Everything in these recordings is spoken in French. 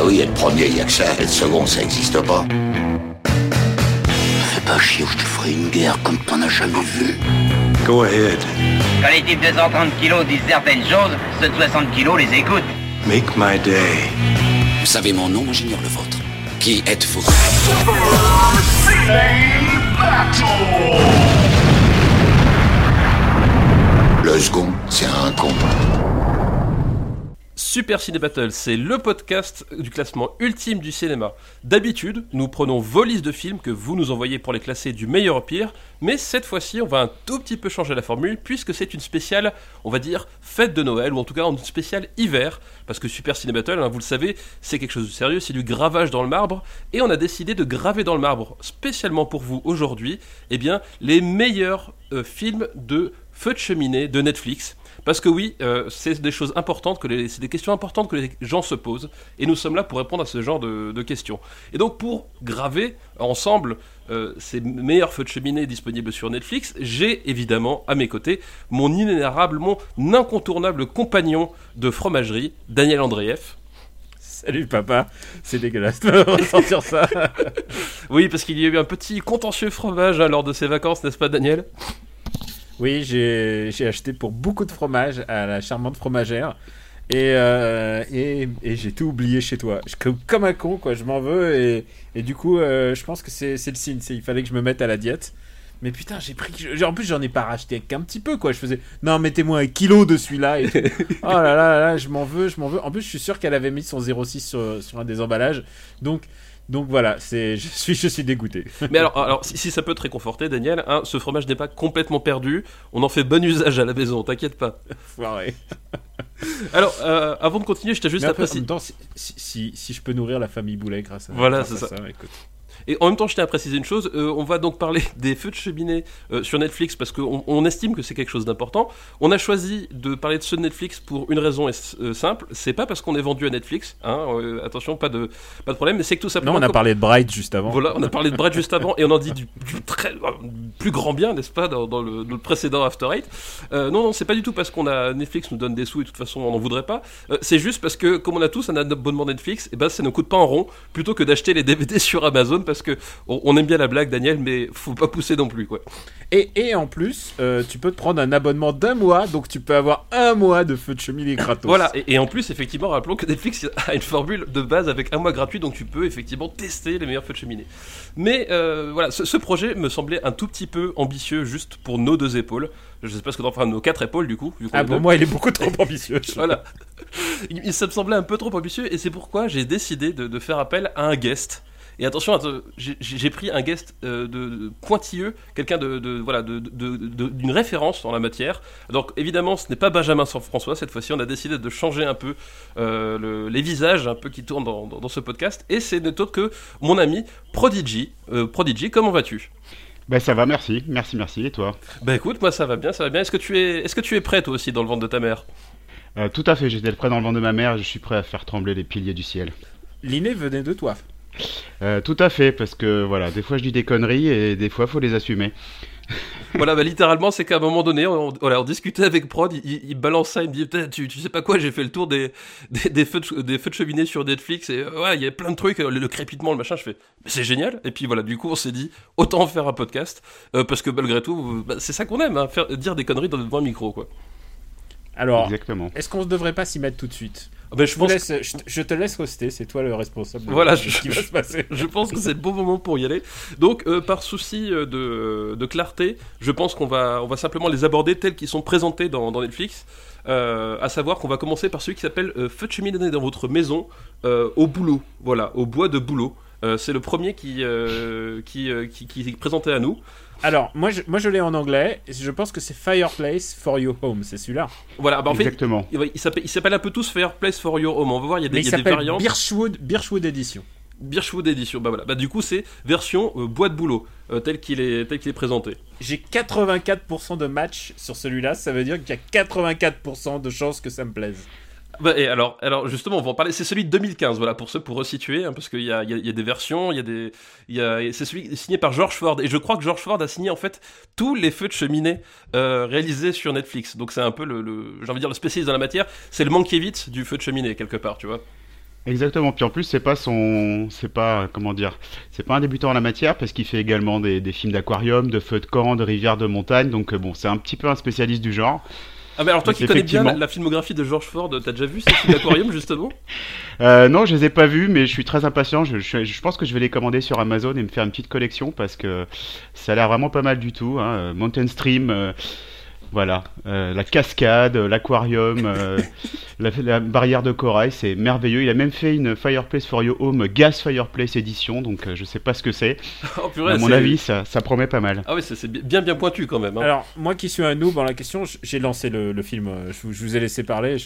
oui, et le premier, il y a que ça, et le second, ça existe pas. Fais pas chier ou je te ferai une guerre comme t'en as jamais vu. Go ahead. Quand les types de 130 kilos disent certaines choses, ceux de 60 kilos les écoutent. Make my day. Vous savez mon nom, j'ignore le vôtre. Qui êtes-vous? Le second, c'est un con. Super Ciné Battle, c'est le podcast du classement ultime du cinéma. D'habitude, nous prenons vos listes de films que vous nous envoyez pour les classer du meilleur au pire, mais cette fois-ci, on va un tout petit peu changer la formule, puisque c'est une spéciale, on va dire, fête de Noël, ou en tout cas une spéciale hiver, parce que Super Ciné Battle, vous le savez, c'est quelque chose de sérieux, c'est du gravage dans le marbre, et on a décidé de graver dans le marbre, spécialement pour vous aujourd'hui, eh bien, les meilleurs films de feu de cheminée de Netflix. Parce que oui, c'est des choses importantes, c'est des questions importantes que les gens se posent, et nous sommes là pour répondre à ce genre de questions. Et donc pour graver ensemble ces meilleurs feux de cheminée disponibles sur Netflix, j'ai évidemment à mes côtés mon inénarrable, mon incontournable compagnon de fromagerie, Daniel Andreev. Salut papa, c'est dégueulasse de ressentir ça. Oui, parce qu'il y a eu un petit contentieux fromage lors de ses vacances, n'est-ce pas Daniel ? Oui, j'ai acheté pour beaucoup de fromage à la charmante fromagère et j'ai tout oublié chez toi. Comme un con, quoi, je m'en veux et du coup, je pense que c'est le signe. Il fallait que je me mette à la diète. Mais putain, en plus, j'en ai pas racheté qu'un petit peu, quoi. Je faisais, non, mettez-moi 1 kilo de celui-là. Et tout. Oh là là là, je m'en veux. En plus, je suis sûr qu'elle avait mis son 0,6 sur un des emballages. Donc voilà, je suis dégoûté. Mais alors si ça peut te réconforter, Daniel, ce fromage n'est pas complètement perdu. On en fait bon usage à la maison, t'inquiète pas. Foiré. Alors, avant de continuer, je t'ai juste apprécié. En même temps, si je peux nourrir la famille Boulet grâce à voilà, c'est ça. Écoute. Et en même temps, je tiens à préciser une chose, on va donc parler des feux de cheminée sur Netflix parce qu'on estime que c'est quelque chose d'important. On a choisi de parler de ceux de Netflix pour une raison simple, c'est pas parce qu'on est vendu à Netflix, attention, pas de problème, mais c'est que tout simplement... Non, on a parlé de Bright juste avant. Voilà, on a parlé de Bright juste avant et on en dit du plus grand bien, n'est-ce pas, dans le précédent After Eight. Non, c'est pas du tout parce qu'on a Netflix nous donne des sous et de toute façon on n'en voudrait pas, c'est juste parce que comme on a tous un abonnement Netflix, et ben ça ne coûte pas en rond plutôt que d'acheter les DVD sur Amazon parce que on aime bien la blague, Daniel, mais faut pas pousser non plus, quoi. Et en plus, tu peux te prendre un abonnement d'1 mois, donc tu peux avoir 1 mois de feu de cheminée gratos. Voilà, et en plus, effectivement, rappelons que Netflix a une formule de base avec 1 mois gratuit, donc tu peux effectivement tester les meilleurs feux de cheminée. Mais voilà, ce projet me semblait un tout petit peu ambitieux, juste pour nos 2 épaules. Je sais pas ce que t'en feras, nos 4 épaules, du coup. Pour moi, il est beaucoup trop ambitieux. Voilà. Ça me semblait un peu trop ambitieux, et c'est pourquoi j'ai décidé de faire appel à un guest. Et attention, j'ai pris un guest de pointilleux, quelqu'un d'une référence en la matière. Donc évidemment, ce n'est pas Benjamin François, cette fois-ci on a décidé de changer un peu les visages un peu qui tournent dans ce podcast. Et c'est autre que mon ami Prodigy. Prodigy, comment vas-tu ? Ben ça va, merci, et toi ? Ben écoute, moi ça va bien. Est-ce que tu es prêt toi aussi dans le ventre de ta mère ? Tout à fait, j'étais prêt dans le ventre de ma mère, je suis prêt à faire trembler les piliers du ciel. L'inné venait de toi. Tout à fait, parce que voilà, des fois je dis des conneries et des fois faut les assumer. Voilà, littéralement, c'est qu'à un moment donné, on discutait avec Prod, il balance ça, il me dit, tu sais pas quoi, j'ai fait le tour des feux de cheminée sur Netflix, et ouais, il y a plein de trucs, le crépitement, le machin, je fais, mais c'est génial, et puis voilà, du coup, on s'est dit, autant en faire un podcast, parce que malgré tout, c'est ça qu'on aime, dire des conneries devant un micro, quoi. Alors, exactement. Est-ce qu'on ne devrait pas s'y mettre tout de suite ? Je te laisse hoster, c'est toi le responsable de ce qui va se passer. Je pense que c'est le bon moment pour y aller. Donc, par souci de clarté, je pense qu'on va simplement les aborder tels qu'ils sont présentés dans Netflix. À savoir qu'on va commencer par celui qui s'appelle Feu de cheminée dans votre maison, au boulot. Voilà, au bois de boulot. C'est le premier qui est présenté à nous. Alors, moi je l'ai en anglais, et je pense que c'est Fireplace for Your Home, c'est celui-là. Voilà, en exactement. Fait, il s'appelle un peu tous Fireplace for Your Home. On va voir, il y a des variantes. Birchwood Edition. Birchwood Edition, voilà. Du coup, c'est version bois de boulot, tel qu'il est présenté. J'ai 84% de match sur celui-là, ça veut dire qu'il y a 84% de chances que ça me plaise. Et alors justement, on va en parler. C'est celui de 2015, voilà, pour resituer, parce qu'il y a des versions, c'est celui signé par George Ford, et je crois que George Ford a signé en fait tous les feux de cheminée réalisés sur Netflix. Donc c'est un peu j'ai envie de dire le spécialiste dans la matière. C'est le Mankiewicz du feu de cheminée quelque part, tu vois. Exactement. Puis en plus, c'est pas un débutant en la matière parce qu'il fait également des films d'aquarium, de feux de camp, de rivières, de montagne. Donc bon, c'est un petit peu un spécialiste du genre. Ah mais alors toi Mais qui connais bien effectivement. la filmographie de George Ford, t'as déjà vu ces films d'aquarium justement? Non, je les ai pas vus, mais je suis très impatient. Je pense que je vais les commander sur Amazon et me faire une petite collection parce que ça a l'air vraiment pas mal du tout, hein. Mountain Stream, voilà, la cascade, l'aquarium, la barrière de corail, c'est merveilleux. Il a même fait une Fireplace for Your Home Gas Fireplace Edition, donc je sais pas ce que c'est. Oh Mais purée, à mon avis, ça promet pas mal. Ah oui, c'est bien pointu quand même. Hein. Alors, moi qui suis un noob en la question, j'ai lancé le film. Je vous ai laissé parler.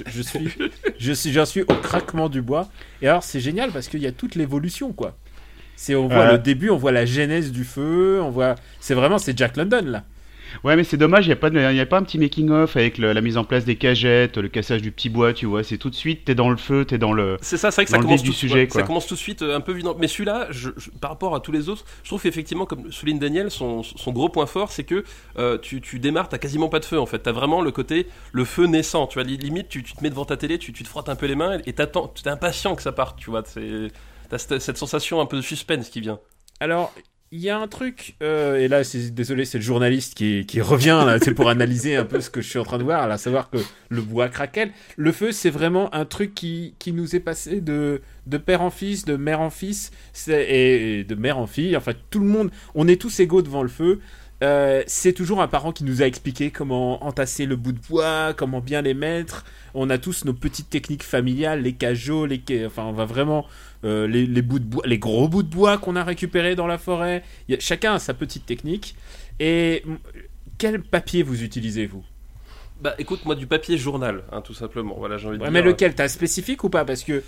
J'en suis au craquement du bois. Et alors, c'est génial parce qu'il y a toute l'évolution, quoi. On voit le début, on voit la genèse du feu, c'est Jack London là. Ouais, mais c'est dommage, il y a pas un petit making-of avec la mise en place des cagettes, le cassage du petit bois, tu vois. C'est tout de suite, t'es dans le feu, t'es dans le. C'est ça, c'est vrai que dans ça le commence, vif du sujet, quoi. ça commence tout de suite un peu évident. Mais celui-là, par rapport à tous les autres, je trouve qu'effectivement, comme souligne Daniel, son gros point fort, c'est que tu démarres, t'as quasiment pas de feu en fait. T'as vraiment le côté, le feu naissant, tu vois. Limite, tu te mets devant ta télé, tu te frottes un peu les mains et t'attends, t'es impatient que ça parte, tu vois. T'as cette sensation un peu de suspense qui vient. Alors, il y a un truc, et là, désolé, c'est le journaliste qui revient là, c'est pour analyser un peu ce que je suis en train de voir, à savoir que le bois craquelle. Le feu, c'est vraiment un truc qui nous est passé de père en fils, de mère en fils, et de mère en fille. Enfin, tout le monde, on est tous égaux devant le feu. C'est toujours un parent qui nous a expliqué comment entasser le bout de bois, comment bien les mettre. On a tous nos petites techniques familiales, les cajots, enfin, on va vraiment les bouts de bois, les gros bouts de bois qu'on a récupérés dans la forêt. Chacun a sa petite technique. Et quel papier vous utilisez, vous? Bah écoute, moi du papier journal, hein, tout simplement. Voilà, j'ai envie de dire. Mais lequel? T'as spécifique ou pas? Parce que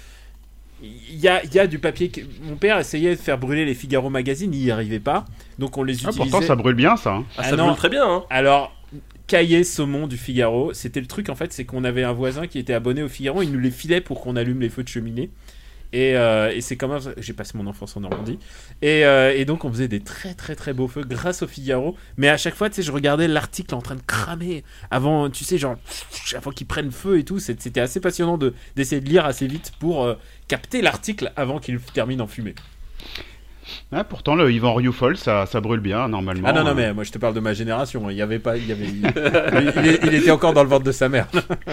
il y a du papier. Mon père essayait de faire brûler les Figaro Magazine, il n'y arrivait pas. Donc on les utilisait. Pourtant, ça brûle bien, ça. Hein. Ça brûle très bien. Hein. Alors, cahier saumon du Figaro, c'était le truc en fait, c'est qu'on avait un voisin qui était abonné au Figaro, il nous les filait pour qu'on allume les feux de cheminée. Et c'est quand même, j'ai passé mon enfance en Normandie, et donc on faisait des très très très beaux feux grâce au Figaro. Mais à chaque fois, tu sais, je regardais l'article en train de cramer avant, tu sais, genre avant qu'il prenne feu et tout. C'était assez passionnant d'essayer de lire assez vite pour capter l'article avant qu'il termine en fumée. Ah, pourtant, le Yvan Rioufol, ça brûle bien, normalement. Ah non, mais moi je te parle de ma génération. Il était encore dans le ventre de sa mère.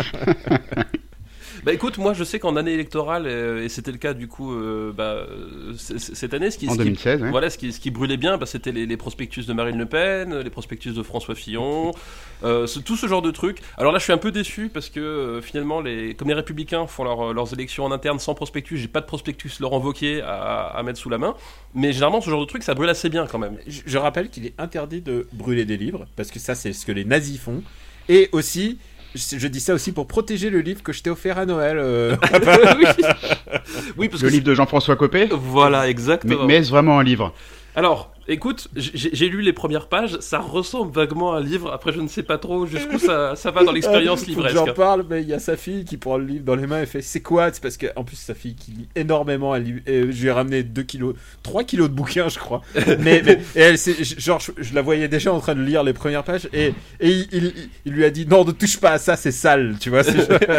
Bah écoute, moi je sais qu'en année électorale, et c'était le cas du coup cette année, en 2016, ouais. Voilà, ce qui brûlait bien, c'était les prospectus de Marine Le Pen, les prospectus de François Fillon, tout ce genre de trucs. Alors là je suis un peu déçu parce que finalement, comme les Républicains font leurs élections en interne sans prospectus, j'ai pas de prospectus Laurent Wauquiez à mettre sous la main, mais généralement ce genre de truc ça brûle assez bien quand même. Je rappelle qu'il est interdit de brûler des livres, parce que ça c'est ce que les nazis font, et aussi... Je dis ça aussi pour protéger le livre que je t'ai offert à Noël. Oui, parce le livre de Jean-François Copé. Voilà, exactement. Mais est-ce vraiment un livre? Alors, écoute, j'ai lu les premières pages, ça ressemble vaguement à un livre. Après, je ne sais pas trop jusqu'où ça va dans l'expérience livresque. J'en parle, mais il y a sa fille qui prend le livre dans les mains et fait c'est quoi? C'est parce qu'en plus, sa fille qui lit énormément, je lui ai ramené 3 kilos de bouquins, je crois. mais elle, genre, je la voyais déjà en train de lire les premières pages et il lui a dit non, ne touche pas à ça, c'est sale, tu vois.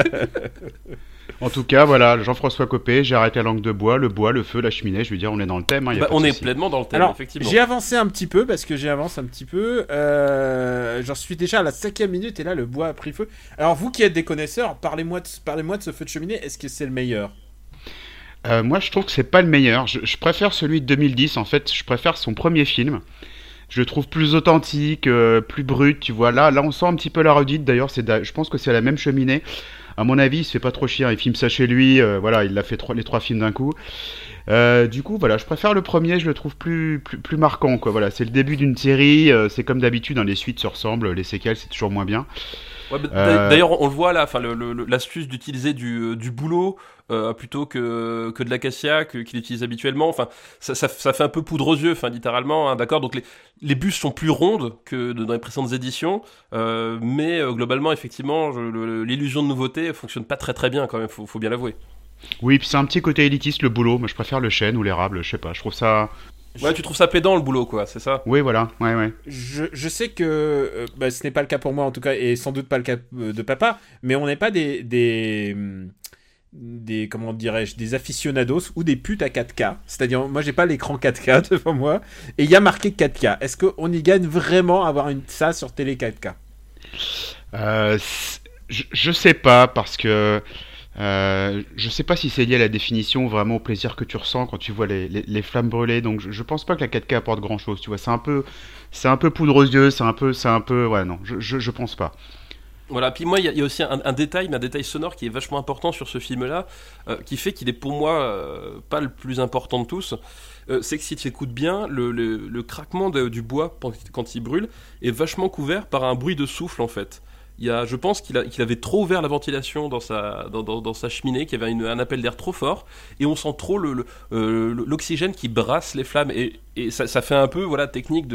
En tout cas, voilà, Jean-François Copé, j'ai arrêté la langue de bois, le feu, la cheminée, je veux dire, on est dans le thème. Hein, on est pleinement dans le thème. Alors, effectivement. J'ai avancé un petit peu, parce que j'avance un petit peu. J'en suis déjà à la 5e minute, et là, le bois a pris feu. Alors, vous qui êtes des connaisseurs, parlez-moi de ce feu de cheminée, est-ce que c'est le meilleur? Moi, je trouve que c'est pas le meilleur. Je préfère celui de 2010, en fait, je préfère son premier film. Je le trouve plus authentique, plus brut, tu vois. Là, on sent un petit peu la redite, d'ailleurs, je pense que c'est la même cheminée. À mon avis, il se fait pas trop chier, il filme ça chez lui, voilà, il a fait les 3 films d'un coup. Du coup, voilà, je préfère le premier, je le trouve plus marquant, quoi. Voilà, c'est le début d'une série, c'est comme d'habitude, les suites se ressemblent, les séquelles, c'est toujours moins bien. Ouais, d'ailleurs, on le voit là, l'astuce d'utiliser du bouleau plutôt que de l'acacia qu'il utilise habituellement. Enfin, ça fait un peu poudre aux yeux, littéralement. Hein, d'accord. Donc les bûches sont plus rondes que dans les précédentes éditions, mais globalement, effectivement, l'illusion de nouveauté fonctionne pas très très bien quand même. Faut bien l'avouer. Oui, puis c'est un petit côté élitiste le boulot. Moi, je préfère le chêne ou l'érable. Je sais pas. Je trouve ça. Ouais, tu trouves ça pédant le boulot, quoi, c'est ça? Oui, voilà, ouais. Je sais que ce n'est pas le cas pour moi en tout cas, et sans doute pas le cas de papa, mais on n'est pas des comment dirais-je, des aficionados ou des putes à 4K. C'est-à-dire, moi, j'ai pas l'écran 4K devant moi et il y a marqué 4K. Est-ce qu'on y gagne vraiment à avoir ça sur télé 4K? Je sais pas, parce que je sais pas si c'est lié à la définition, vraiment au plaisir que tu ressens quand tu vois les flammes brûler. Donc je pense pas que la 4K apporte grand chose. Tu vois, c'est un peu poudre aux yeux, c'est un peu, ouais, non, je pense pas. Voilà, puis moi il y a aussi un détail sonore qui est vachement important sur ce film-là, qui fait qu'il est pour moi pas le plus important de tous. C'est que si tu écoutes bien, le craquement du bois quand il brûle est vachement couvert par un bruit de souffle en fait. Je pense qu'il avait trop ouvert la ventilation dans sa cheminée, qu'il y avait un appel d'air trop fort, et on sent trop l'oxygène qui brasse les flammes, et ça fait un peu technique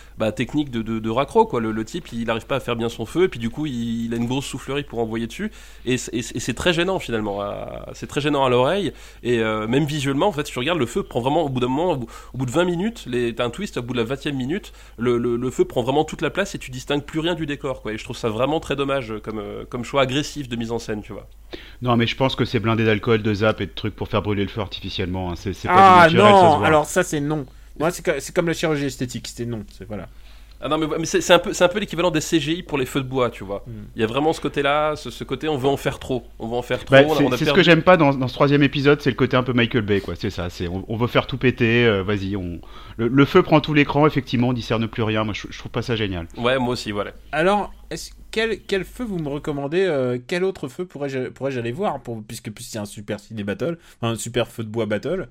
de raccro, quoi. Le type il n'arrive pas à faire bien son feu, et puis du coup il a une grosse soufflerie pour envoyer dessus, et c'est très gênant finalement, c'est très gênant à l'oreille, et même visuellement en fait, si tu regardes, le feu prend vraiment au bout d'un moment, au bout de 20 minutes, t'as un twist au bout de la 20e minute, le feu prend vraiment toute la place et tu distingues plus rien du décor, quoi. Et je trouve ça vraiment très dommage comme choix agressif de mise en scène, tu vois. Non, mais je pense que c'est blindé d'alcool, de zap et de trucs pour faire brûler le feu artificiellement, hein. C'est pas du naturel, non, ça se voit. alors ça c'est non. Moi c'est comme la chirurgie esthétique, c'est non, voilà. Ah non, mais c'est un peu l'équivalent des CGI pour les feux de bois, tu vois. Il y a vraiment ce côté-là, ce côté on veut en faire trop. C'est ce que j'aime pas dans ce 3e épisode, c'est le côté un peu Michael Bay, quoi. C'est ça, on veut faire tout péter, vas-y, le feu prend tout l'écran, effectivement, on discerne plus rien. Moi, je trouve pas ça génial. Ouais, moi aussi, voilà. Alors, quel feu vous me recommandez, quel autre feu pourrais-je aller voir, puisque c'est un super ciné battle, un super feu de bois battle,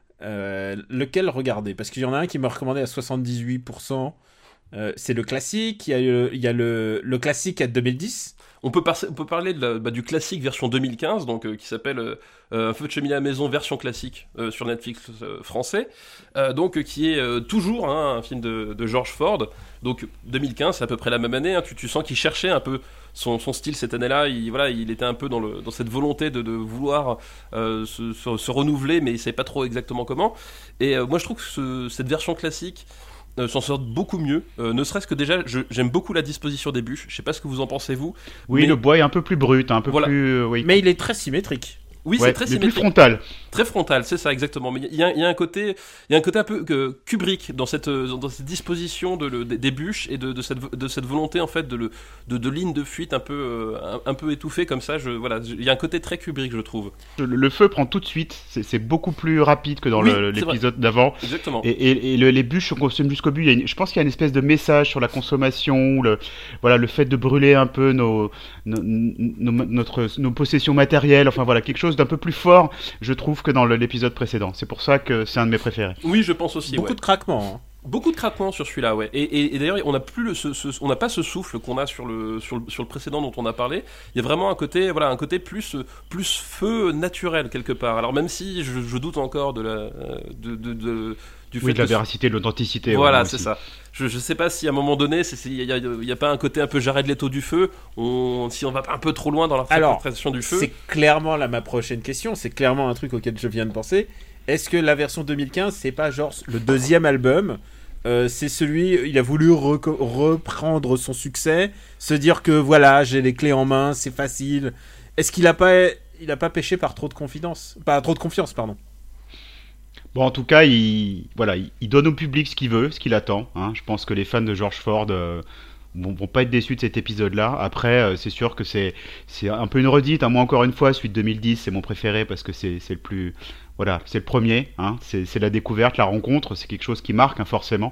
lequel regarder? Parce qu'il y en a un qui m'a recommandé à 78%. C'est le classique, il y a le classique à 2010. On peut parler du classique version 2015, donc qui s'appelle Un feu de cheminée à la maison version classique sur Netflix français, donc qui est toujours un film de George Ford. Donc 2015, c'est à peu près la même année, hein. Tu sens qu'il cherchait un peu son style cette année-là. Il était un peu dans cette volonté de vouloir se renouveler, mais il savait pas trop exactement comment. Et moi, je trouve que cette version classique s'en sort beaucoup mieux, ne serait-ce que déjà j'aime beaucoup la disposition des bûches, je sais pas ce que vous en pensez vous. Oui, mais le bois est un peu plus brut, un peu plus... oui. Mais il est très symétrique. Oui, ouais, c'est très symétrique. Plus frontal. Très frontal, c'est ça exactement. Mais il y a un côté un peu Kubrick dans cette disposition des bûches et de cette volonté en fait de ligne de fuite un peu étouffée comme ça. Il y a un côté très Kubrick, je trouve. Le feu prend tout de suite. C'est beaucoup plus rapide que dans l'épisode d'avant. Exactement. Et les bûches se consomment jusqu'au but. Je pense qu'il y a une espèce de message sur la consommation, le fait de brûler un peu nos possessions matérielles. Enfin voilà, quelque chose d'un peu plus fort, je trouve, que dans l'épisode précédent. C'est pour ça que c'est un de mes préférés. Oui, je pense aussi. Beaucoup de craquements. Hein. Beaucoup de craquements sur celui-là, ouais. Et d'ailleurs, on n'a plus on n'a pas ce souffle qu'on a sur le précédent dont on a parlé. Il y a vraiment un côté plus feu naturel quelque part. Alors même si je doute encore du fait de la véracité, de l'authenticité. Voilà, c'est ça. Je sais pas si à un moment donné, il y a pas un côté un peu Jared Leto du feu, si on va pas un peu trop loin dans l'interprétation du feu. C'est clairement ma prochaine question, c'est clairement un truc auquel je viens de penser. Est-ce que la version 2015, c'est pas genre le deuxième album, c'est il a voulu reprendre son succès, se dire que voilà, j'ai les clés en main, c'est facile. Est-ce qu'il a pas péché par trop de confiance, pardon. Bon, en tout cas, il donne au public ce qu'il veut, ce qu'il attend. Hein. Je pense que les fans de George Ford vont pas être déçus de cet épisode-là. Après, c'est sûr que c'est un peu une redite. Hein. Moi, encore une fois, celui de 2010, c'est mon préféré parce que c'est le plus... Voilà, c'est le premier. Hein. C'est la découverte, la rencontre. C'est quelque chose qui marque, hein, forcément.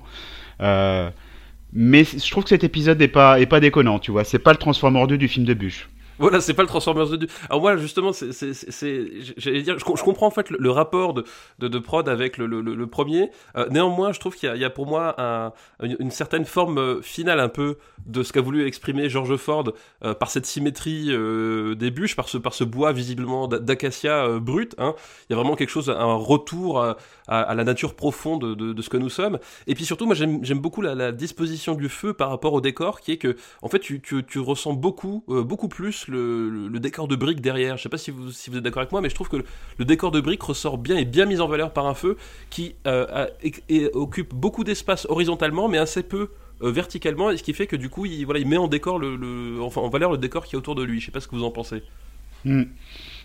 Mais je trouve que cet épisode n'est pas déconnant, tu vois. C'est pas le Transformer 2 du film de Bush. Voilà, c'est pas le Transformers 2. Alors moi, justement, j'allais dire, je comprends en fait le rapport de prod avec le premier. Néanmoins, je trouve qu'il y a pour moi une certaine forme finale un peu de ce qu'a voulu exprimer George Ford par cette symétrie des bûches, par ce bois visiblement d'acacia brut. Hein. Il y a vraiment quelque chose, un retour à la nature profonde de ce que nous sommes. Et puis surtout, moi, j'aime beaucoup la disposition du feu par rapport au décor, qui est que, en fait, tu ressens beaucoup plus le décor de briques derrière. Je sais pas si vous êtes d'accord avec moi, mais je trouve que le décor de briques ressort bien et bien mis en valeur par un feu qui occupe beaucoup d'espace horizontalement, mais assez peu verticalement, et ce qui fait que du coup, il met en décor en valeur le décor qui est autour de lui. Je sais pas ce que vous en pensez.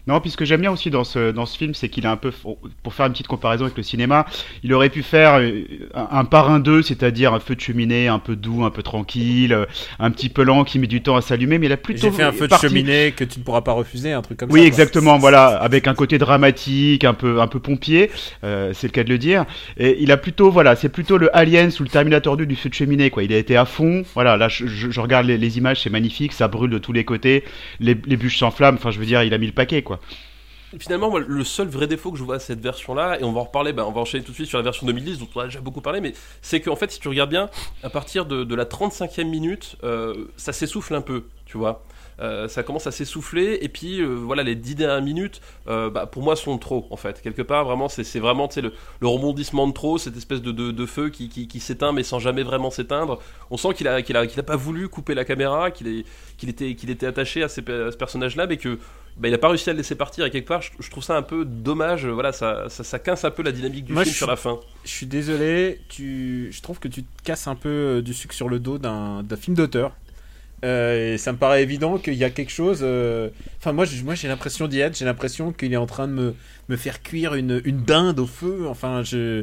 Non, puis ce que j'aime bien aussi dans ce film, c'est qu'il a un peu, pour faire une petite comparaison avec le cinéma, il aurait pu faire un parrain 2, c'est-à-dire un feu de cheminée un peu doux, un peu tranquille, un petit peu lent qui met du temps à s'allumer, mais il a plutôt... J'ai fait un feu de cheminée que tu ne pourras pas refuser, un truc comme ça. Oui, exactement, voilà, avec un côté dramatique, un peu pompier, c'est le cas de le dire. Et il a plutôt, voilà, c'est plutôt le Aliens ou le Terminator 2 du feu de cheminée, quoi. Il a été à fond, voilà, là je regarde les images, c'est magnifique, ça brûle de tous les côtés, les bûches s'enflamment, enfin je veux dire, il a mis le paquet, quoi. Finalement, moi, le seul vrai défaut que je vois à cette version-là, et on va en reparler, on va enchaîner tout de suite sur la version 2010, dont on a déjà beaucoup parlé, mais c'est qu'en fait, si tu regardes bien, à partir de la 35e minute, ça s'essouffle un peu, tu vois. Ça commence à s'essouffler, et puis voilà, les 10 dernières minutes, pour moi, sont trop, en fait. Quelque part, vraiment, c'est vraiment le rebondissement de trop, cette espèce de feu qui s'éteint, mais sans jamais vraiment s'éteindre. On sent qu'il a pas voulu couper la caméra, qu'il était attaché à ce personnage-là, mais que il a pas réussi à le laisser partir, et quelque part je trouve ça un peu dommage, voilà, ça casse un peu la dynamique du film sur la fin. Je suis désolé, je trouve que tu te casses un peu du sucre sur le dos d'un film d'auteur. Et ça me paraît évident qu'il y a quelque chose. Enfin, moi j'ai l'impression d'y être. J'ai l'impression qu'il est en train de me faire cuire une dinde au feu. Enfin,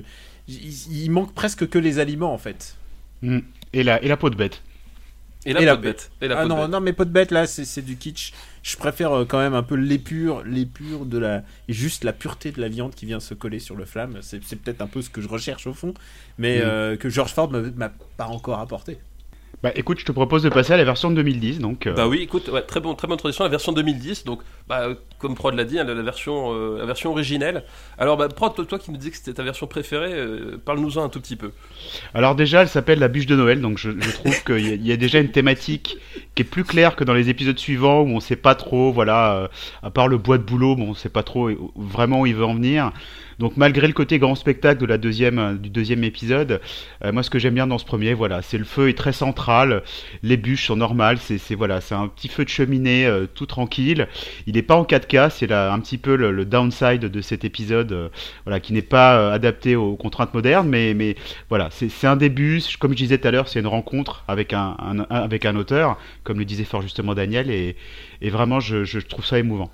il manque presque que les aliments en fait. Et la peau de bête. Et la peau de bête. Non, mais peau de bête là, c'est du kitsch. Je préfère quand même un peu l'épure de et juste la pureté de la viande qui vient se coller sur le flamme. C'est peut-être un peu ce que je recherche au fond, mais que George Ford m'a pas encore apporté. Bah écoute, je te propose de passer à la version de 2010, donc... Bah oui, écoute, ouais, très bonne tradition, la version 2010, donc comme Prod l'a dit, hein, la version originelle. Alors Prod, toi qui nous disais que c'était ta version préférée, parle-nous-en un tout petit peu. Alors déjà, elle s'appelle La Bûche de Noël, donc je trouve qu'il y a déjà une thématique qui est plus claire que dans les épisodes suivants, où on sait pas trop, voilà, à part le bois de bouleau, on sait pas trop vraiment où il veut en venir. Donc malgré le côté grand spectacle du deuxième épisode, moi ce que j'aime bien dans ce premier, voilà, c'est le feu est très central, les bûches sont normales, c'est un petit feu de cheminée tout tranquille. Il n'est pas en 4K, c'est là un petit peu le downside de cet épisode, voilà, qui n'est pas adapté aux contraintes modernes, mais voilà, c'est un début, comme je disais tout à l'heure, c'est une rencontre avec un auteur, comme le disait fort justement Daniel, et vraiment je trouve ça émouvant.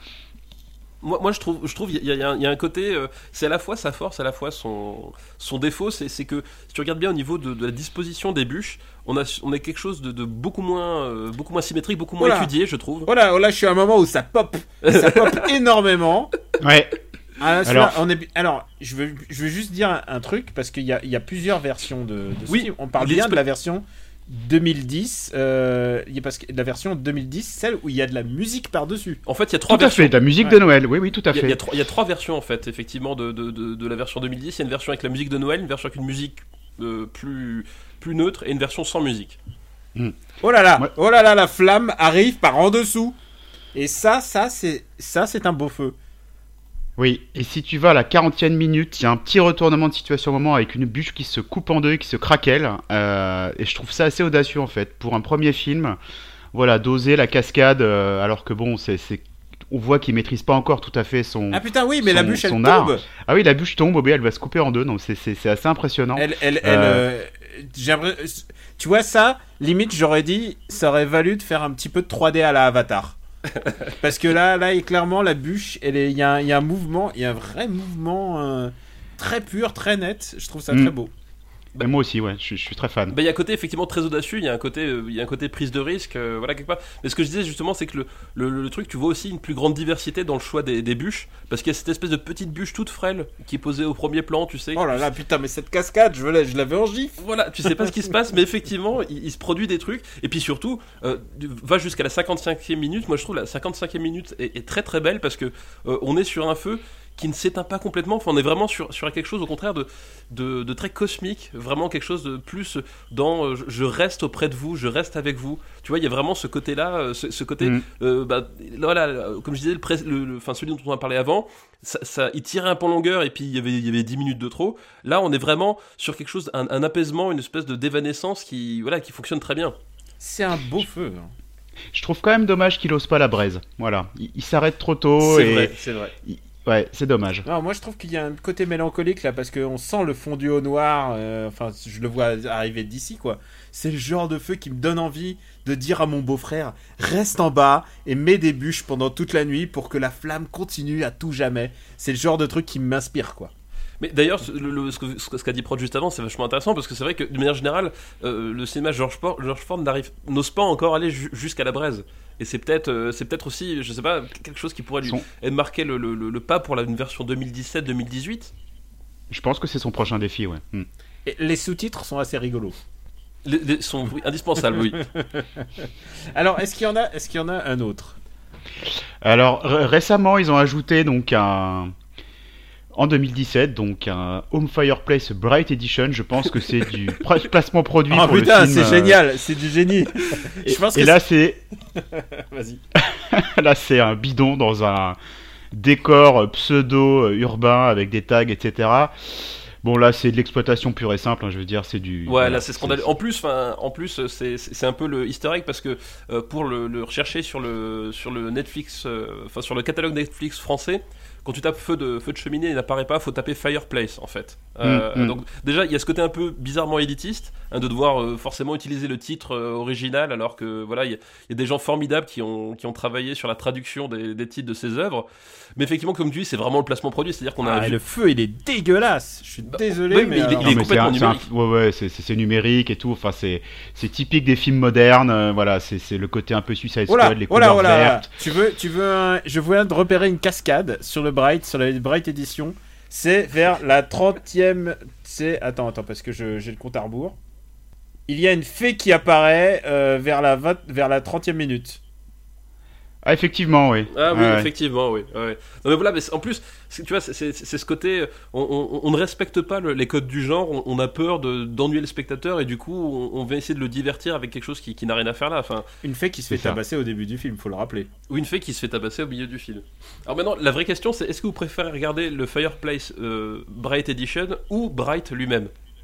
Moi je trouve il y a un côté, c'est à la fois sa force, à la fois son défaut, c'est que si tu regardes bien au niveau de la disposition des bûches, on a quelque chose de beaucoup moins symétrique, beaucoup moins étudié, je trouve. Voilà, je suis à un moment où ça pop énormément. Ouais. Alors, je veux juste dire un truc, parce qu'il y a plusieurs versions de ce film. On parle bien de la version 2010, parce que la version 2010, celle où il y a de la musique par-dessus. En fait, il y a trois versions. Tout à fait, de la musique de Noël, oui, tout à fait. Il y a trois versions, en fait, effectivement, de la version 2010. Il y a une version avec la musique de Noël, une version avec une musique plus neutre, et une version sans musique. Oh là là, la flamme arrive par en dessous. Et ça c'est un beau feu. Oui, et si tu vas à la 40e minute, il y a un petit retournement de situation au moment avec une bûche qui se coupe en deux, qui se craquelle, et je trouve ça assez audacieux en fait. Pour un premier film, voilà, d'oser la cascade, alors que bon, on voit qu'il maîtrise pas encore tout à fait son... Ah putain oui, mais la bûche elle tombe. Ah oui, la bûche tombe, elle va se couper en deux, donc c'est assez impressionnant. Tu vois ça, limite j'aurais dit, ça aurait valu de faire un petit peu de 3D à la Avatar. Parce que là clairement la bûche, il y a un mouvement, il y a un vrai mouvement très pur, très net. Je trouve ça très beau. Ben moi aussi, ouais, je suis très fan. Il y a un côté effectivement très audacieux, il y a un côté prise de risque, voilà, quelque part. Mais ce que je disais justement, c'est que le truc, tu vois aussi une plus grande diversité dans le choix des bûches, parce qu'il y a cette espèce de petite bûche toute frêle qui est posée au premier plan, tu sais. Oh là là, putain, mais cette cascade, je l'avais en gif. Voilà, tu sais pas ce qui se passe, mais effectivement, il se produit des trucs. Et puis surtout, va jusqu'à la 55e minute. Moi, je trouve la 55e minute est très très belle, parce que on est sur un feu qui ne s'éteint pas complètement. Enfin, on est vraiment sur quelque chose au contraire de très cosmique, vraiment quelque chose de plus dans je reste auprès de vous, je reste avec vous. Tu vois, il y a vraiment ce côté-là, ce côté, voilà, comme je disais, celui dont on a parlé avant, ça, il tirait un peu en longueur, et puis il y avait 10 minutes de trop. Là, on est vraiment sur quelque chose, un apaisement, une espèce d'évanescence qui fonctionne très bien. C'est un beau feu. Je trouve quand même dommage qu'il ose pas la braise. Voilà, il s'arrête trop tôt. C'est vrai. Ouais, c'est dommage. Non, moi je trouve qu'il y a un côté mélancolique là parce qu'on sent le fondu au noir. Enfin, je le vois arriver d'ici quoi. C'est le genre de feu qui me donne envie de dire à mon beau-frère reste en bas et mets des bûches pendant toute la nuit pour que la flamme continue à tout jamais. C'est le genre de truc qui m'inspire quoi. Mais d'ailleurs, ce qu'a dit Prod juste avant, c'est vachement intéressant parce que c'est vrai que, de manière générale, le cinéma George Ford n'ose pas encore aller jusqu'à la braise. Et c'est peut-être aussi, je sais pas, quelque chose qui pourrait lui marquer le pas pour une version 2017-2018. Je pense que c'est son prochain défi, ouais. Et les sous-titres sont assez rigolos. Sont indispensables, oui. Alors, est-ce qu'il y en a un autre ? Alors, récemment, ils ont ajouté donc en 2017, donc un Home Fireplace Bright Edition. Je pense que c'est du placement produit pour le film. Oh putain, c'est génial, c'est du génie. Là, c'est... Vas-y. Là, c'est un bidon dans un décor pseudo-urbain avec des tags, etc. Bon, là, c'est de l'exploitation pure et simple, hein, je veux dire, c'est du... Ouais, voilà, là, c'est scandaleux. En plus, c'est un peu le easter egg parce que pour le rechercher sur le Netflix, sur le catalogue Netflix français, quand tu tapes feu de cheminée, il n'apparaît pas, faut taper Fireplace en fait. Donc déjà, il y a ce côté un peu bizarrement élitiste, de devoir forcément utiliser le titre original, alors que voilà, il y a des gens formidables qui ont travaillé sur la traduction des titres de ces œuvres. Mais effectivement, comme tu dis, c'est vraiment le placement produit, c'est-à-dire qu'on a le feu, il est dégueulasse. Je suis désolé, oui, mais il est complètement numérique. Ouais, c'est numérique et tout. Enfin, c'est typique des films modernes. Voilà, c'est le côté un peu Suicide Squad, les couleurs vertes. Tu veux je viens de repérer une cascade sur la Bright Edition. C'est vers la 30e. Attends, parce que j'ai le compte à rebours. Il y a une fée qui apparaît vers la 30e minute. Ah, effectivement, oui. Ah oui, effectivement, oui. Ouais. Non, mais voilà, mais en plus, tu vois, c'est ce côté, on ne respecte pas les codes du genre, on a peur d'ennuyer le spectateur et du coup, on va essayer de le divertir avec quelque chose qui n'a rien à faire là. Enfin, une fée qui se fait tabasser au début du film, faut le rappeler. Ou une fée qui se fait tabasser au milieu du film. Alors maintenant, la vraie question, c'est est-ce que vous préférez regarder le Fireplace Bright Edition ou Bright lui-même ?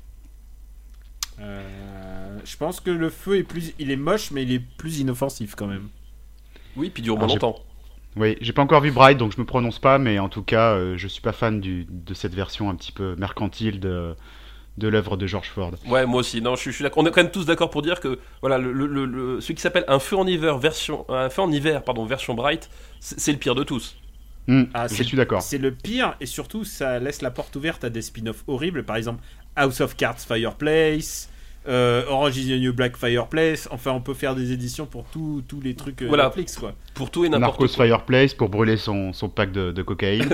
Je pense que le feu il est moche, mais il est plus inoffensif quand même. Oui, puis dure moins longtemps. Oui, j'ai pas encore vu Bright, donc je me prononce pas, mais en tout cas, je suis pas fan de cette version un petit peu mercantile de l'œuvre de George Ford. Ouais, moi aussi. Non, je suis d'accord. On est quand même tous d'accord pour dire que voilà, celui qui s'appelle Un feu en hiver version Bright, c'est le pire de tous. Je suis d'accord. C'est le pire, et surtout, ça laisse la porte ouverte à des spin-offs horribles. Par exemple, House of Cards Fireplace. Orange is the New Black Fireplace. Enfin, on peut faire des éditions pour tous les trucs Netflix, quoi. Pour tout et n'importe quoi. Narcos Fireplace pour brûler son pack de cocaïne.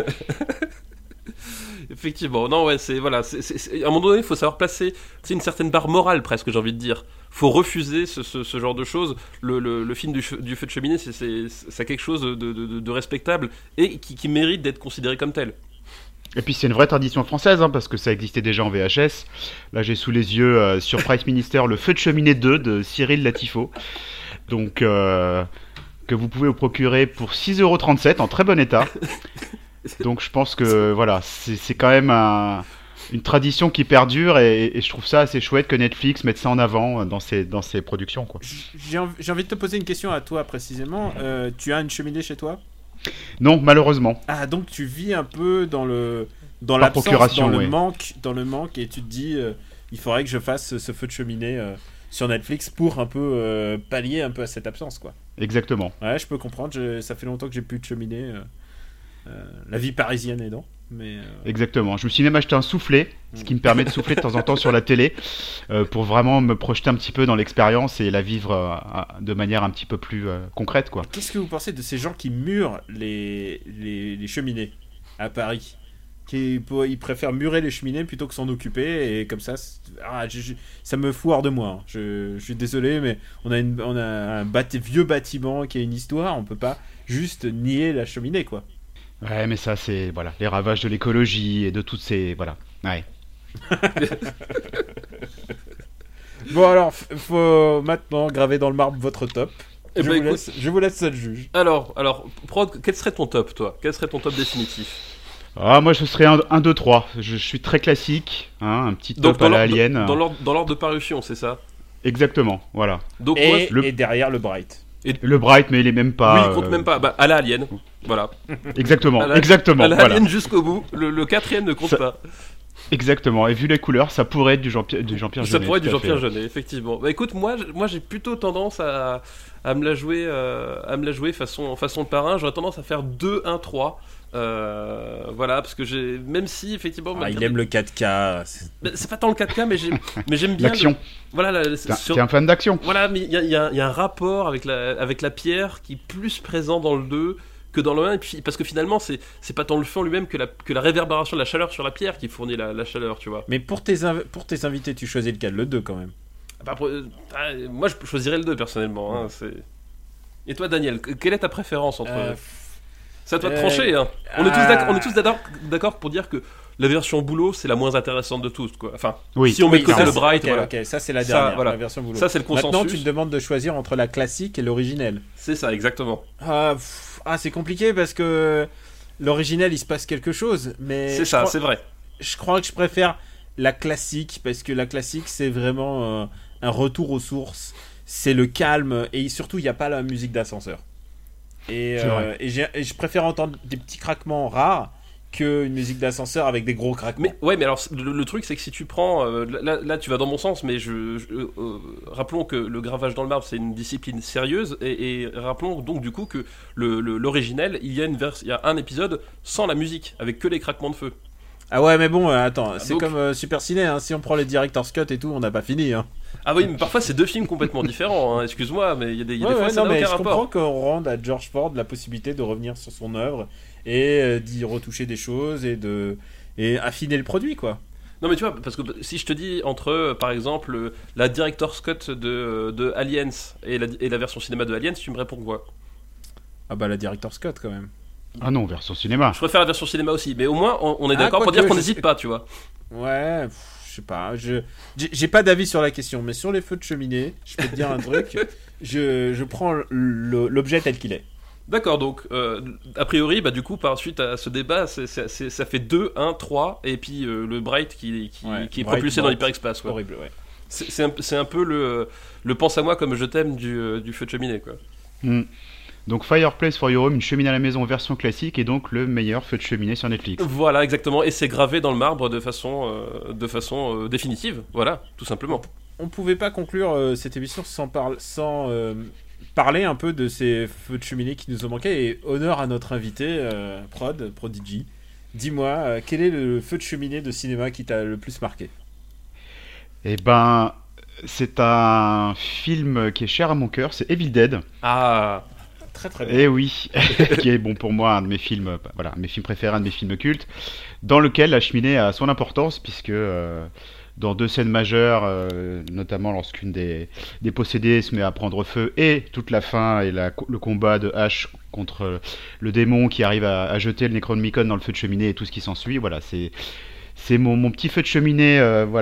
Effectivement, non, ouais, à un moment donné, il faut savoir placer une certaine barre morale, presque, j'ai envie de dire. Faut refuser ce genre de choses. Le film du feu de cheminée, c'est quelque chose de respectable et qui mérite d'être considéré comme tel. Et puis c'est une vraie tradition française, parce que ça existait déjà en VHS. Là j'ai sous les yeux sur Price Minister le Feu de cheminée 2 de Cyril Latifo. Donc que vous pouvez vous procurer pour 6,37€ en très bon état. Donc je pense que voilà, c'est quand même une tradition qui perdure et je trouve ça assez chouette que Netflix mette ça en avant dans ses productions, quoi. J'ai envie de te poser une question à toi précisément. Tu as une cheminée chez toi ? Non, malheureusement. Ah, donc tu vis un peu dans l'absence, dans le manque, et tu te dis il faudrait que je fasse ce feu de cheminée sur Netflix pour un peu pallier un peu à cette absence, quoi. Exactement. Ouais, je peux comprendre. Ça fait longtemps que j'ai plus de cheminée. La vie parisienne aidant. Mais Exactement. Je me suis même acheté un soufflet, ce qui me permet de souffler de temps en temps sur la télé pour vraiment me projeter un petit peu dans l'expérience et la vivre de manière un petit peu plus concrète, quoi. Qu'est-ce que vous pensez de ces gens qui murent les cheminées à Paris ? Ils préfèrent murer les cheminées plutôt que s'en occuper, et comme ça, ça me fout hors de moi. Je suis désolé, mais on a un vieux bâtiment qui a une histoire, on peut pas juste nier la cheminée, quoi. Ouais, mais ça, c'est les ravages de l'écologie et de toutes ces... Voilà, ouais. Bon, alors, faut maintenant graver dans le marbre votre top. Je vous laisse seul juge. Alors, Prod, quel serait ton top, toi ? Quel serait ton top définitif ? Moi, je serais 1, 2, 3. Je suis très classique, un petit top à la Alien. Dans l'ordre de parution, c'est ça ? Exactement, voilà. Donc, et derrière le Bright. Le Bright, mais il est même pas. Oui, il compte même pas. Bah, à la Alien. Voilà. Exactement. À la Voilà. Alien jusqu'au bout. Le quatrième ne compte pas. Exactement. Et vu les couleurs, ça pourrait être du Jean-Pierre Jeunet. Ça pourrait être du Jean-Pierre Jeunet, effectivement. Bah écoute, moi j'ai plutôt tendance à me la jouer, façon le parrain. J'aurais tendance à faire 2-1-3. Voilà, parce que même si effectivement. Il aime le 4K. C'est pas tant le 4K, mais j'aime bien. L'action. Voilà. T'es un fan d'action. Voilà, mais il y a un rapport avec la pierre qui est plus présent dans le 2 que dans le 1, et puis, parce que finalement c'est pas tant le feu en lui-même que la réverbération de la chaleur sur la pierre qui fournit la chaleur, tu vois. Mais pour tes invités, tu choisis lequel? Le 2 quand même. Moi je choisirais le 2 personnellement, hein, Et toi Daniel, quelle est ta préférence entre... C'est à toi de trancher, hein. On est tous d'accord pour dire que la version boulot c'est la moins intéressante de tous, quoi. Enfin, si on met de côté le Bright, voilà. Ok, ça c'est la dernière, la version boulot. Ça c'est le consensus. Maintenant tu te demandes de choisir entre la classique et l'originel. C'est ça, exactement. C'est compliqué parce que l'original il se passe quelque chose, mais c'est vrai. Je crois que je préfère la classique parce que la classique c'est vraiment un retour aux sources, c'est le calme et surtout il n'y a pas la musique d'ascenseur. Et je préfère entendre des petits craquements rares qu'une musique d'ascenseur avec des gros craquements. Mais alors le truc c'est que si tu prends là tu vas dans mon sens, mais rappelons que le gravage dans le marbre c'est une discipline sérieuse et rappelons donc du coup que l'original il y a un épisode sans la musique avec que les craquements de feu. Ah ouais, mais bon, attends, c'est comme Super Ciné, hein, si on prend les Director's Cut et tout, on n'a pas fini. Hein. Ah oui, mais parfois c'est deux films complètement différents, hein, excuse-moi, mais il y a des fois ça n'a aucun rapport. Je comprends qu'on rende à George Ford la possibilité de revenir sur son œuvre et d'y retoucher des choses et affiner le produit, quoi. Non mais tu vois, parce que si je te dis entre, par exemple, la Director's Cut de Aliens et la version cinéma de Aliens, tu me réponds quoi? Ah bah la Director's Cut quand même. Ah non, version cinéma. Je préfère la version cinéma aussi, mais au moins on est d'accord pour dire qu'on n'hésite pas, tu vois. Ouais, je sais pas, j'ai pas d'avis sur la question, mais sur les feux de cheminée, je peux te dire un truc, je prends l'objet tel qu'il est. D'accord, donc a priori, du coup, par suite à ce débat, ça fait 2, 1, 3, et puis le Bright qui est propulsé dans l'hyperespace. Horrible, ouais. C'est un peu le pense à moi comme je t'aime du feu de cheminée, quoi. Donc Fireplace for Your Home, une cheminée à la maison version classique, et donc le meilleur feu de cheminée sur Netflix. Voilà, exactement, et c'est gravé dans le marbre de façon définitive, voilà, tout simplement. On pouvait pas conclure cette émission sans parler un peu de ces feux de cheminée qui nous ont manqué, et honneur à notre invité, Prodigy. Dis-moi, quel est le feu de cheminée de cinéma qui t'a le plus marqué? Eh ben, c'est un film qui est cher à mon cœur, c'est Evil Dead. Ah, très très bien. Et oui, qui est bon pour moi un de mes films, mes films préférés, un de mes films cultes, dans lequel la cheminée a son importance puisque dans deux scènes majeures, notamment lorsqu'une des possédées se met à prendre feu, et toute la fin et le combat de Ash contre le démon qui arrive à jeter le Necronomicon dans le feu de cheminée et tout ce qui s'ensuit. Voilà, c'est mon petit feu de cheminée,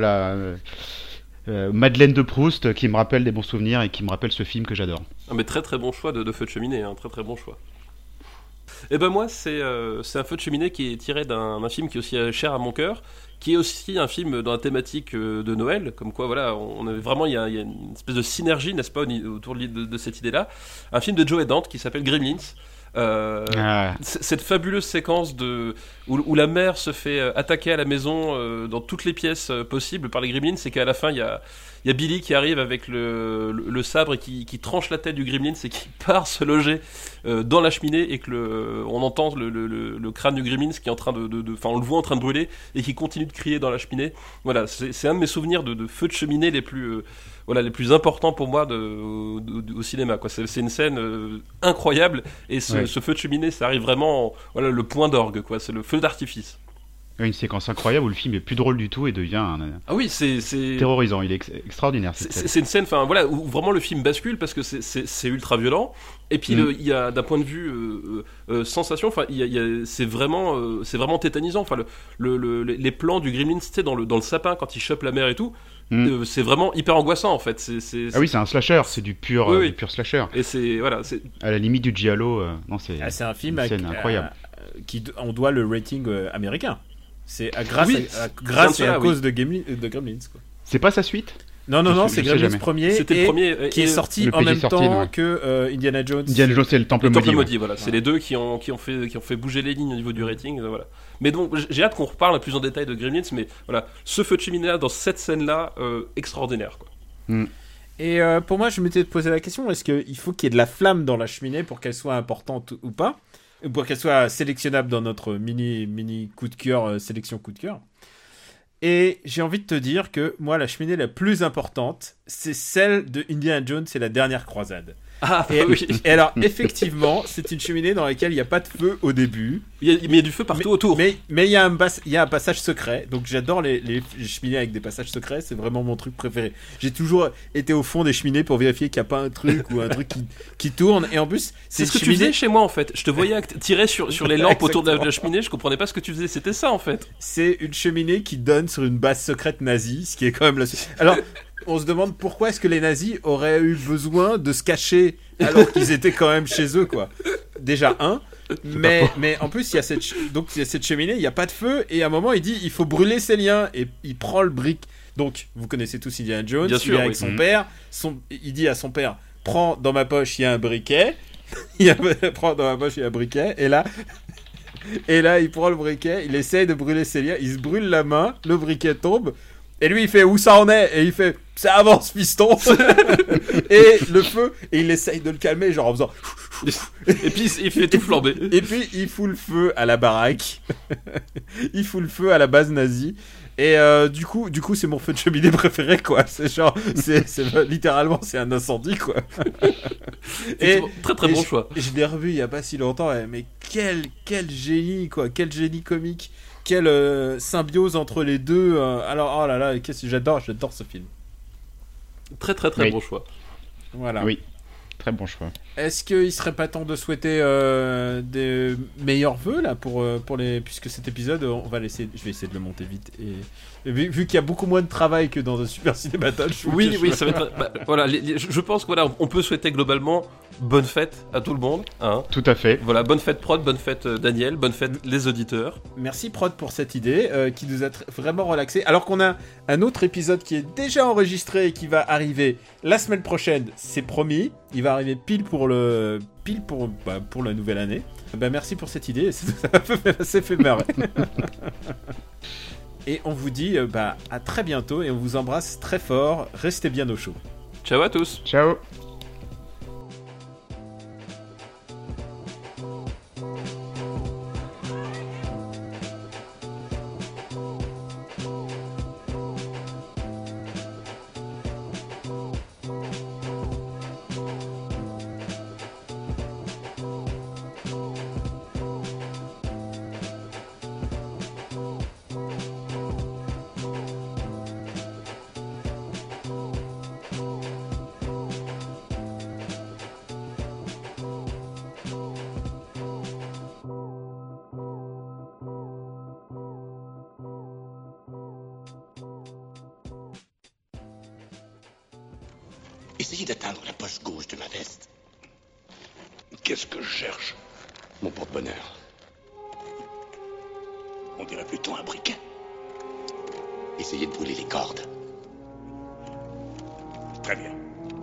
Madeleine de Proust, qui me rappelle des bons souvenirs et qui me rappelle ce film que j'adore. Ah, mais très très bon choix de feu de cheminée, hein, très très bon choix. Et ben moi c'est un feu de cheminée qui est tiré d'un film qui est aussi cher à mon cœur, qui est aussi un film dans la thématique de Noël, comme quoi voilà, on avait vraiment il y a une espèce de synergie, n'est-ce pas, autour de cette idée-là. Un film de Joe Dante qui s'appelle Gremlins. Cette fabuleuse séquence où la mère se fait attaquer à la maison dans toutes les pièces possibles par les gremlins, c'est qu'à la fin il y a Billy qui arrive avec le sabre et qui tranche la tête du gremlin et qui part se loger dans la cheminée, et que on entend le crâne du gremlin qui est en train on le voit en train de brûler et qui continue de crier dans la cheminée. Voilà, c'est un de mes souvenirs de feux de cheminée les plus importants pour moi au cinéma, quoi. C'est une scène incroyable, et ce feu de cheminée, ça arrive vraiment, le point d'orgue, quoi. C'est le feu d'artifice. Une séquence incroyable où le film est plus drôle du tout et devient c'est terrorisant. Il est extraordinaire. C'est une scène, où vraiment le film bascule parce que c'est ultra violent. Et puis il y a d'un point de vue sensation, c'est vraiment tétanisant. Enfin, les plans du gremlin, dans le sapin quand il chope la mère et tout. C'est vraiment hyper angoissant en fait. Ah oui, c'est un slasher, c'est du pur slasher. Et c'est à la limite du giallo. C'est un film incroyable. On doit le rating américain. C'est grâce et à cause de Gremlins, quoi. C'est pas sa suite? Non, Je c'est sais Gremlins jamais. premier. C'était le et premier qui est sorti le en petit même sorti, temps ouais. que Indiana Jones. Indiana Jones, c'est le Temple Le Temple maudit. maudit, voilà. C'est les deux qui ont fait bouger les lignes au niveau du rating, voilà. Mais donc, j'ai hâte qu'on reparle plus en détail de Gremlins, mais voilà, ce feu de cheminée-là, dans cette scène-là, extraordinaire, quoi. Et pour moi, je m'étais posé la question, est-ce qu'il faut qu'il y ait de la flamme dans la cheminée pour qu'elle soit importante ou pas? Ou pour qu'elle soit sélectionnable dans notre mini coup de cœur, sélection coup de cœur? Et j'ai envie de te dire que moi, la cheminée la plus importante, c'est celle de Indiana Jones et la dernière croisade. Ah, Et, oui. et alors, effectivement, c'est une cheminée dans laquelle il n'y a pas de feu au début. Mais il y a du feu partout autour. Mais il y a un passage secret. Donc j'adore les cheminées avec des passages secrets. C'est vraiment mon truc préféré. J'ai toujours été au fond des cheminées pour vérifier qu'il n'y a pas un truc ou un truc qui tourne. Et en plus, C'est ce que tu faisais chez moi, en fait. Je te voyais tirer sur les lampes autour de la cheminée, je comprenais pas ce que tu faisais. C'était ça, en fait. C'est une cheminée qui donne sur une base secrète nazie, ce qui est quand même Alors, on se demande pourquoi est-ce que les nazis auraient eu besoin de se cacher alors qu'ils étaient quand même chez eux, quoi. Déjà, mais en plus, il y a cette cheminée, il n'y a pas de feu, et à un moment, il dit il faut brûler ces liens, et il prend le brick. Donc, vous connaissez tous Indiana Jones, Bien il sûr, est avec oui. son père, il dit à son père prends dans ma poche, il y a un briquet. Prends dans ma poche, il y a un briquet, et là, il prend le briquet, il essaye de brûler ses liens, il se brûle la main, le briquet tombe. Et lui, il fait où ça en est? Et il fait ça avance, fiston. Et le feu, et il essaye de le calmer, genre en faisant. Et puis il fait tout flamber. Et puis il fout le feu à la baraque. Il fout le feu à la base nazie. Et du coup, c'est mon feu de cheminée préféré, quoi. C'est genre, c'est littéralement, c'est un incendie, quoi. Et très très bon choix. Je l'ai revu il y a pas si longtemps, mais quel génie, quoi. Quel génie comique. Quelle symbiose entre les deux. Alors, oh là là, j'adore ce film. Très très très Oui. bon choix. Voilà. Oui, très bon choix. Est-ce qu'il serait pas temps de souhaiter des meilleurs vœux là pour les, puisque cet épisode je vais essayer de le monter vite et vu qu'il y a beaucoup moins de travail que dans un Super Ciné Battle. Oui, ça va être. Voilà, je pense que voilà, on peut souhaiter globalement bonne fête à tout le monde. Hein. Tout à fait. Voilà, bonne fête Prod, bonne fête Daniel, bonne fête les auditeurs. Merci Prod pour cette idée qui nous a vraiment relaxé. Alors qu'on a un autre épisode qui est déjà enregistré et qui va arriver la semaine prochaine, c'est promis. Il va arriver pile pour la nouvelle année. Merci pour cette idée, ça fait marrer. Et on vous dit à très bientôt et on vous embrasse très fort. Restez bien au chaud. Ciao à tous. Ciao. Essayez d'atteindre la poche gauche de ma veste. Qu'est-ce que je cherche? Mon porte-bonheur. On dirait plutôt un briquet. Essayez de brûler les cordes. Très bien.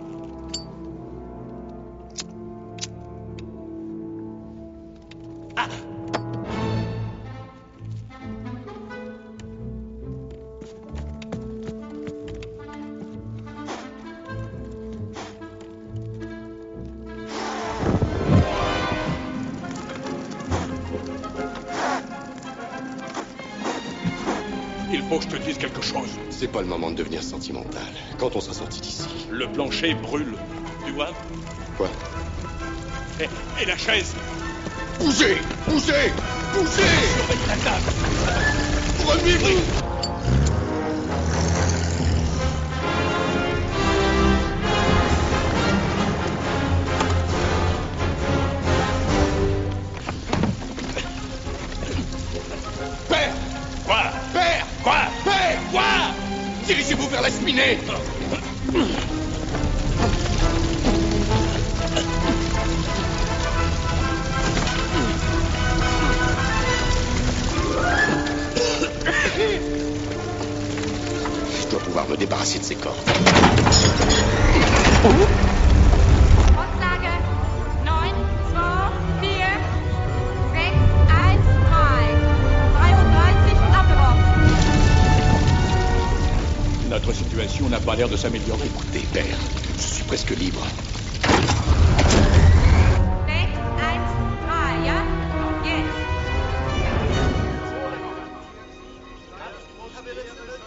Il faut que je te dise quelque chose. C'est pas le moment de devenir sentimental. Quand on sera sorti d'ici. Le plancher brûle. Tu vois? Quoi? Et la chaise? Bougez! Bougez! Bougez! Surveille la table! Remuez-vous! Père! Quoi? Père! Quoi? Père! Quoi? Dirigez-vous vers la cheminée! Je dois pouvoir me débarrasser de ces corps. Ortslage 9, 2, 4, 6, 1, 3. 33 und abgeworfen. Notre situation n'a pas l'air de s'améliorer. Écoutez, père, je suis presque libre. 6, 1, 3, ja? Jetzt.